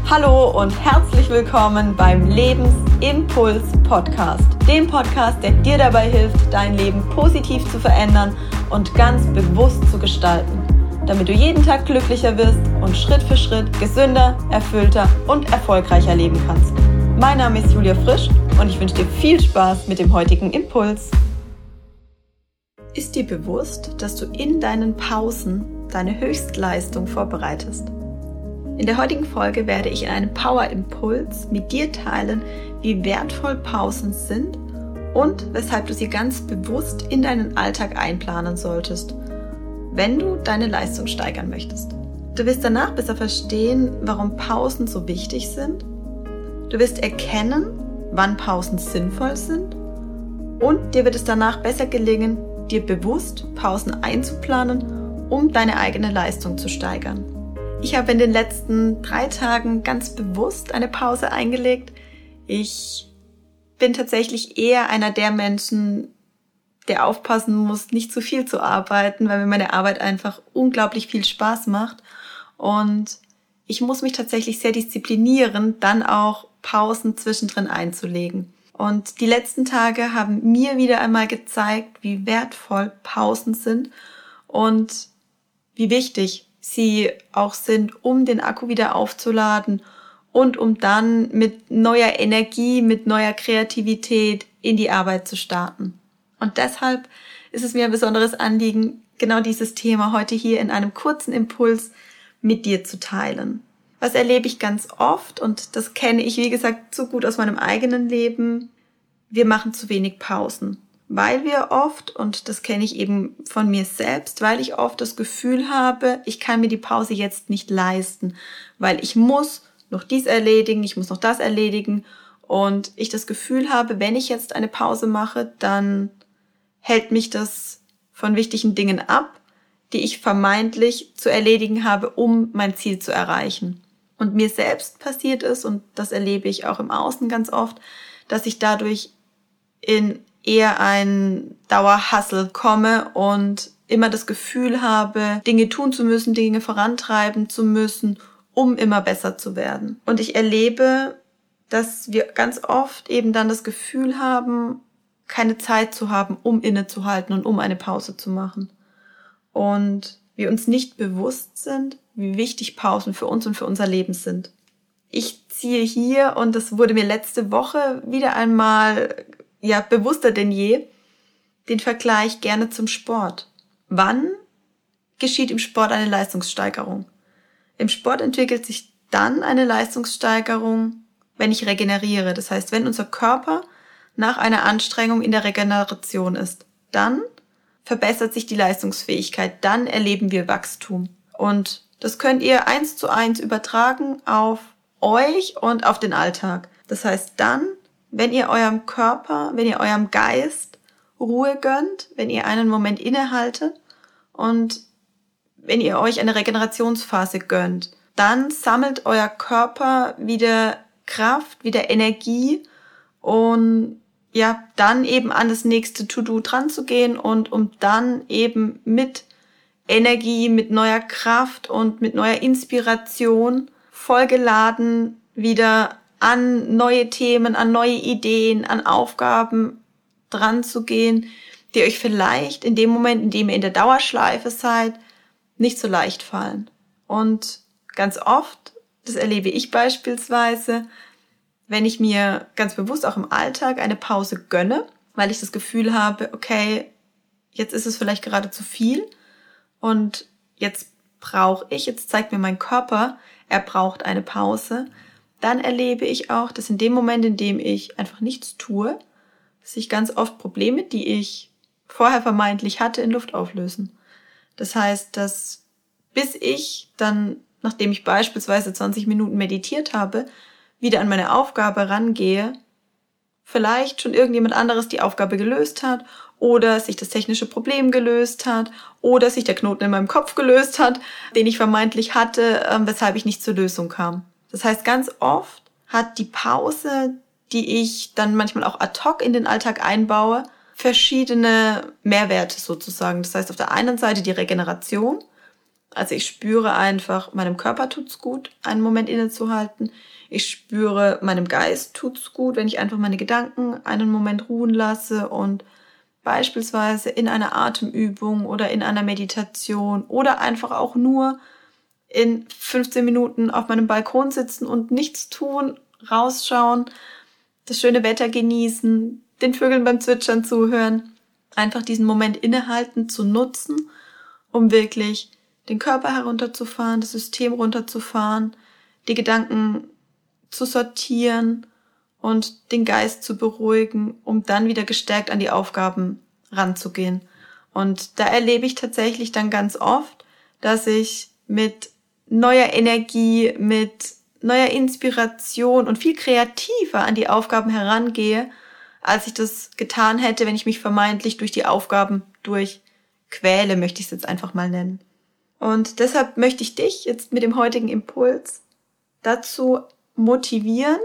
Hallo und herzlich willkommen beim Lebensimpuls Podcast. Dem Podcast, der dir dabei hilft, dein Leben positiv zu verändern und ganz bewusst zu gestalten, damit du jeden Tag glücklicher wirst und Schritt für Schritt gesünder, erfüllter und erfolgreicher leben kannst. Mein Name ist Julia Frisch und ich wünsche dir viel Spaß mit dem heutigen Impuls. Ist dir bewusst, dass du in deinen Pausen deine Höchstleistung vorbereitest? In der heutigen Folge werde ich in einem Power-Impuls mit dir teilen, wie wertvoll Pausen sind und weshalb du sie ganz bewusst in deinen Alltag einplanen solltest, wenn du deine Leistung steigern möchtest. Du wirst danach besser verstehen, warum Pausen so wichtig sind. Du wirst erkennen, wann Pausen sinnvoll sind und dir wird es danach besser gelingen, dir bewusst Pausen einzuplanen, um deine eigene Leistung zu steigern. Ich habe in den letzten 3 Tagen ganz bewusst eine Pause eingelegt. Ich bin tatsächlich eher einer der Menschen, der aufpassen muss, nicht zu viel zu arbeiten, weil mir meine Arbeit einfach unglaublich viel Spaß macht. Und ich muss mich tatsächlich sehr disziplinieren, dann auch Pausen zwischendrin einzulegen. Und die letzten Tage haben mir wieder einmal gezeigt, wie wertvoll Pausen sind und wie wichtig sie auch sind, um den Akku wieder aufzuladen und um dann mit neuer Energie, mit neuer Kreativität in die Arbeit zu starten. Und deshalb ist es mir ein besonderes Anliegen, genau dieses Thema heute hier in einem kurzen Impuls mit dir zu teilen. Was erlebe ich ganz oft, und das kenne ich, wie gesagt, so gut aus meinem eigenen Leben: Wir machen zu wenig Pausen. Weil wir oft, und das kenne ich eben von mir selbst, weil ich oft das Gefühl habe, ich kann mir die Pause jetzt nicht leisten, weil ich muss noch dies erledigen, ich muss noch das erledigen, und ich das Gefühl habe, wenn ich jetzt eine Pause mache, dann hält mich das von wichtigen Dingen ab, die ich vermeintlich zu erledigen habe, um mein Ziel zu erreichen. Und mir selbst passiert es, und das erlebe ich auch im Außen ganz oft, dass ich dadurch in eher ein Dauerhustle komme und immer das Gefühl habe, Dinge tun zu müssen, Dinge vorantreiben zu müssen, um immer besser zu werden. Und ich erlebe, dass wir ganz oft eben dann das Gefühl haben, keine Zeit zu haben, um innezuhalten und um eine Pause zu machen. Und wir uns nicht bewusst sind, wie wichtig Pausen für uns und für unser Leben sind. Ich ziehe hier, und das wurde mir letzte Woche wieder einmal bewusster denn je, den Vergleich gerne zum Sport. Wann geschieht im Sport eine Leistungssteigerung? Im Sport entwickelt sich dann eine Leistungssteigerung, wenn ich regeneriere. Das heißt, wenn unser Körper nach einer Anstrengung in der Regeneration ist, dann verbessert sich die Leistungsfähigkeit, dann erleben wir Wachstum. Und das könnt ihr 1:1 übertragen auf euch und auf den Alltag. Das heißt, dann, wenn ihr eurem Körper, wenn ihr eurem Geist Ruhe gönnt, wenn ihr einen Moment innehaltet und wenn ihr euch eine Regenerationsphase gönnt, dann sammelt euer Körper wieder Kraft, wieder Energie, und dann eben an das nächste To-Do dran zu gehen, und um dann eben mit Energie, mit neuer Kraft und mit neuer Inspiration vollgeladen wieder an neue Themen, an neue Ideen, an Aufgaben dran zu gehen, die euch vielleicht in dem Moment, in dem ihr in der Dauerschleife seid, nicht so leicht fallen. Und ganz oft, das erlebe ich beispielsweise, wenn ich mir ganz bewusst auch im Alltag eine Pause gönne, weil ich das Gefühl habe, okay, jetzt ist es vielleicht gerade zu viel und jetzt zeigt mir mein Körper, er braucht eine Pause, dann erlebe ich auch, dass in dem Moment, in dem ich einfach nichts tue, sich ganz oft Probleme, die ich vorher vermeintlich hatte, in Luft auflösen. Das heißt, dass bis ich dann, nachdem ich beispielsweise 20 Minuten meditiert habe, wieder an meine Aufgabe rangehe, vielleicht schon irgendjemand anderes die Aufgabe gelöst hat oder sich das technische Problem gelöst hat oder sich der Knoten in meinem Kopf gelöst hat, den ich vermeintlich hatte, weshalb ich nicht zur Lösung kam. Das heißt, ganz oft hat die Pause, die ich dann manchmal auch ad hoc in den Alltag einbaue, verschiedene Mehrwerte sozusagen. Das heißt, auf der einen Seite die Regeneration, Also ich spüre einfach, meinem Körper tut's gut, einen Moment innezuhalten. Ich spüre, meinem Geist tut's gut, wenn ich einfach meine Gedanken einen Moment ruhen lasse und beispielsweise in einer Atemübung oder in einer Meditation oder einfach auch nur in 15 Minuten auf meinem Balkon sitzen und nichts tun, rausschauen, das schöne Wetter genießen, den Vögeln beim Zwitschern zuhören, einfach diesen Moment innehalten zu nutzen, um wirklich den Körper herunterzufahren, das System runterzufahren, die Gedanken zu sortieren und den Geist zu beruhigen, um dann wieder gestärkt an die Aufgaben ranzugehen. Und da erlebe ich tatsächlich dann ganz oft, dass ich mit neuer Energie, mit neuer Inspiration und viel kreativer an die Aufgaben herangehe, als ich das getan hätte, wenn ich mich vermeintlich durch die Aufgaben durchquäle, möchte ich es jetzt einfach mal nennen. Und deshalb möchte ich dich jetzt mit dem heutigen Impuls dazu motivieren,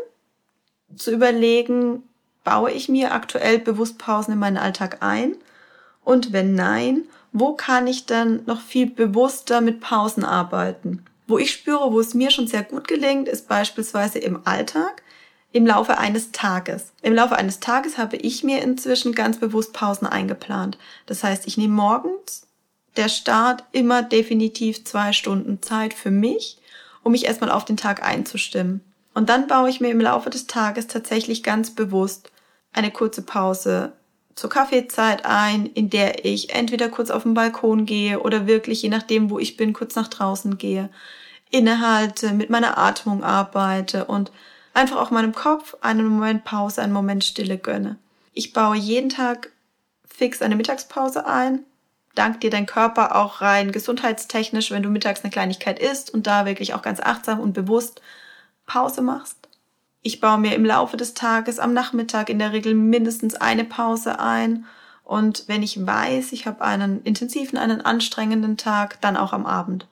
zu überlegen, baue ich mir aktuell bewusst Pausen in meinen Alltag ein? Und wenn nein, wo kann ich dann noch viel bewusster mit Pausen arbeiten? Wo ich spüre, wo es mir schon sehr gut gelingt, ist beispielsweise im Alltag, im Laufe eines Tages. Im Laufe eines Tages habe ich mir inzwischen ganz bewusst Pausen eingeplant. Das heißt, ich nehme morgens der Start immer definitiv 2 Stunden Zeit für mich, um mich erstmal auf den Tag einzustimmen. Und dann baue ich mir im Laufe des Tages tatsächlich ganz bewusst eine kurze Pause zur Kaffeezeit ein, in der ich entweder kurz auf den Balkon gehe oder wirklich, je nachdem, wo ich bin, kurz nach draußen gehe, innehalte, mit meiner Atmung arbeite und einfach auch meinem Kopf einen Moment Pause, einen Moment Stille gönne. Ich baue jeden Tag fix eine Mittagspause ein. Dank dir dein Körper auch rein gesundheitstechnisch, wenn du mittags eine Kleinigkeit isst und da wirklich auch ganz achtsam und bewusst Pause machst. Ich baue mir im Laufe des Tages am Nachmittag in der Regel mindestens eine Pause ein und wenn ich weiß, ich habe einen intensiven, einen anstrengenden Tag, dann auch am Abend.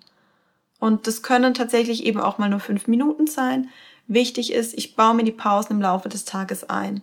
Und das können tatsächlich eben auch mal nur 5 Minuten sein. Wichtig ist, ich baue mir die Pausen im Laufe des Tages ein.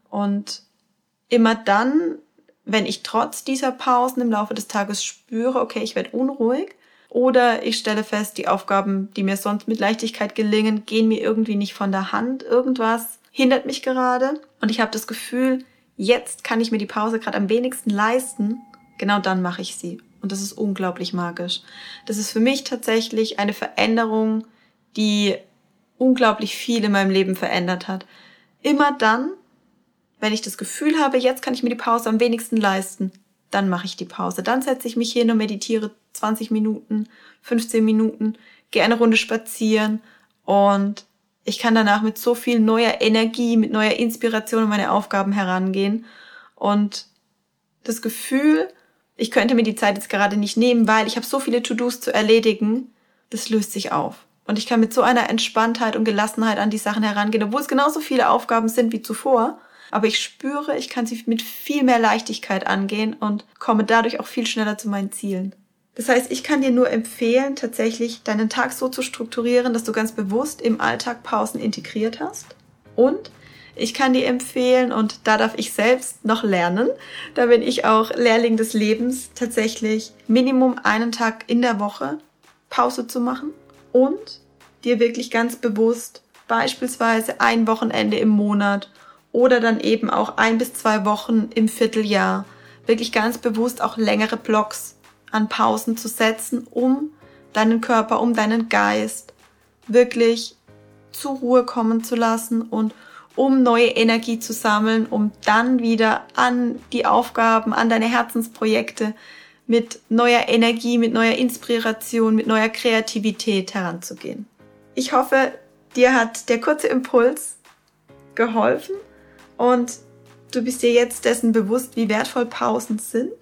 Und immer dann, wenn ich trotz dieser Pausen im Laufe des Tages spüre, okay, ich werde unruhig, oder ich stelle fest, die Aufgaben, die mir sonst mit Leichtigkeit gelingen, gehen mir irgendwie nicht von der Hand. Irgendwas hindert mich gerade. Und ich habe das Gefühl, jetzt kann ich mir die Pause gerade am wenigsten leisten. Genau dann mache ich sie. Und das ist unglaublich magisch. Das ist für mich tatsächlich eine Veränderung, die unglaublich viel in meinem Leben verändert hat. Immer dann, wenn ich das Gefühl habe, jetzt kann ich mir die Pause am wenigsten leisten, dann mache ich die Pause. Dann setze ich mich hin und meditiere 20 Minuten, 15 Minuten, gehe eine Runde spazieren und ich kann danach mit so viel neuer Energie, mit neuer Inspiration an meine Aufgaben herangehen. Und das Gefühl, ich könnte mir die Zeit jetzt gerade nicht nehmen, weil ich habe so viele To-Dos zu erledigen, das löst sich auf. Und ich kann mit so einer Entspanntheit und Gelassenheit an die Sachen herangehen, obwohl es genauso viele Aufgaben sind wie zuvor. Aber ich spüre, ich kann sie mit viel mehr Leichtigkeit angehen und komme dadurch auch viel schneller zu meinen Zielen. Das heißt, ich kann dir nur empfehlen, tatsächlich deinen Tag so zu strukturieren, dass du ganz bewusst im Alltag Pausen integriert hast. Und ich kann dir empfehlen, und da darf ich selbst noch lernen, da bin ich auch Lehrling des Lebens, tatsächlich Minimum einen Tag in der Woche Pause zu machen und dir wirklich ganz bewusst beispielsweise ein Wochenende im Monat oder dann eben auch 1 bis 2 Wochen im Vierteljahr wirklich ganz bewusst auch längere Blocks an Pausen zu setzen, um deinen Körper, um deinen Geist wirklich zur Ruhe kommen zu lassen und um neue Energie zu sammeln, um dann wieder an die Aufgaben, an deine Herzensprojekte mit neuer Energie, mit neuer Inspiration, mit neuer Kreativität heranzugehen. Ich hoffe, dir hat der kurze Impuls geholfen und du bist dir jetzt dessen bewusst, wie wertvoll Pausen sind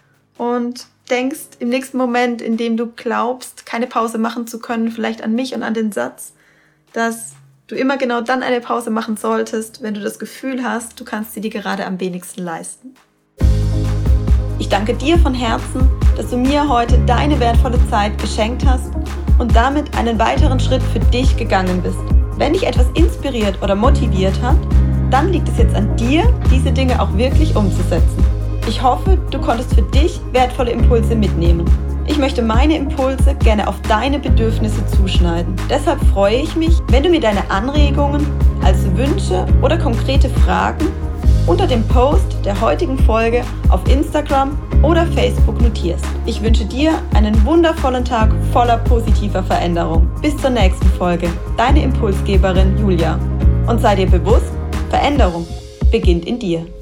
und denkst im nächsten Moment, in dem du glaubst, keine Pause machen zu können, vielleicht an mich und an den Satz, dass du immer genau dann eine Pause machen solltest, wenn du das Gefühl hast, du kannst sie dir gerade am wenigsten leisten. Ich danke dir von Herzen, dass du mir heute deine wertvolle Zeit geschenkt hast und damit einen weiteren Schritt für dich gegangen bist. Wenn dich etwas inspiriert oder motiviert hat, dann liegt es jetzt an dir, diese Dinge auch wirklich umzusetzen. Ich hoffe, du konntest für dich wertvolle Impulse mitnehmen. Ich möchte meine Impulse gerne auf deine Bedürfnisse zuschneiden. Deshalb freue ich mich, wenn du mir deine Anregungen als Wünsche oder konkrete Fragen unter dem Post der heutigen Folge auf Instagram oder Facebook notierst. Ich wünsche dir einen wundervollen Tag voller positiver Veränderung. Bis zur nächsten Folge. Deine Impulsgeberin Julia. Und sei dir bewusst, Veränderung beginnt in dir.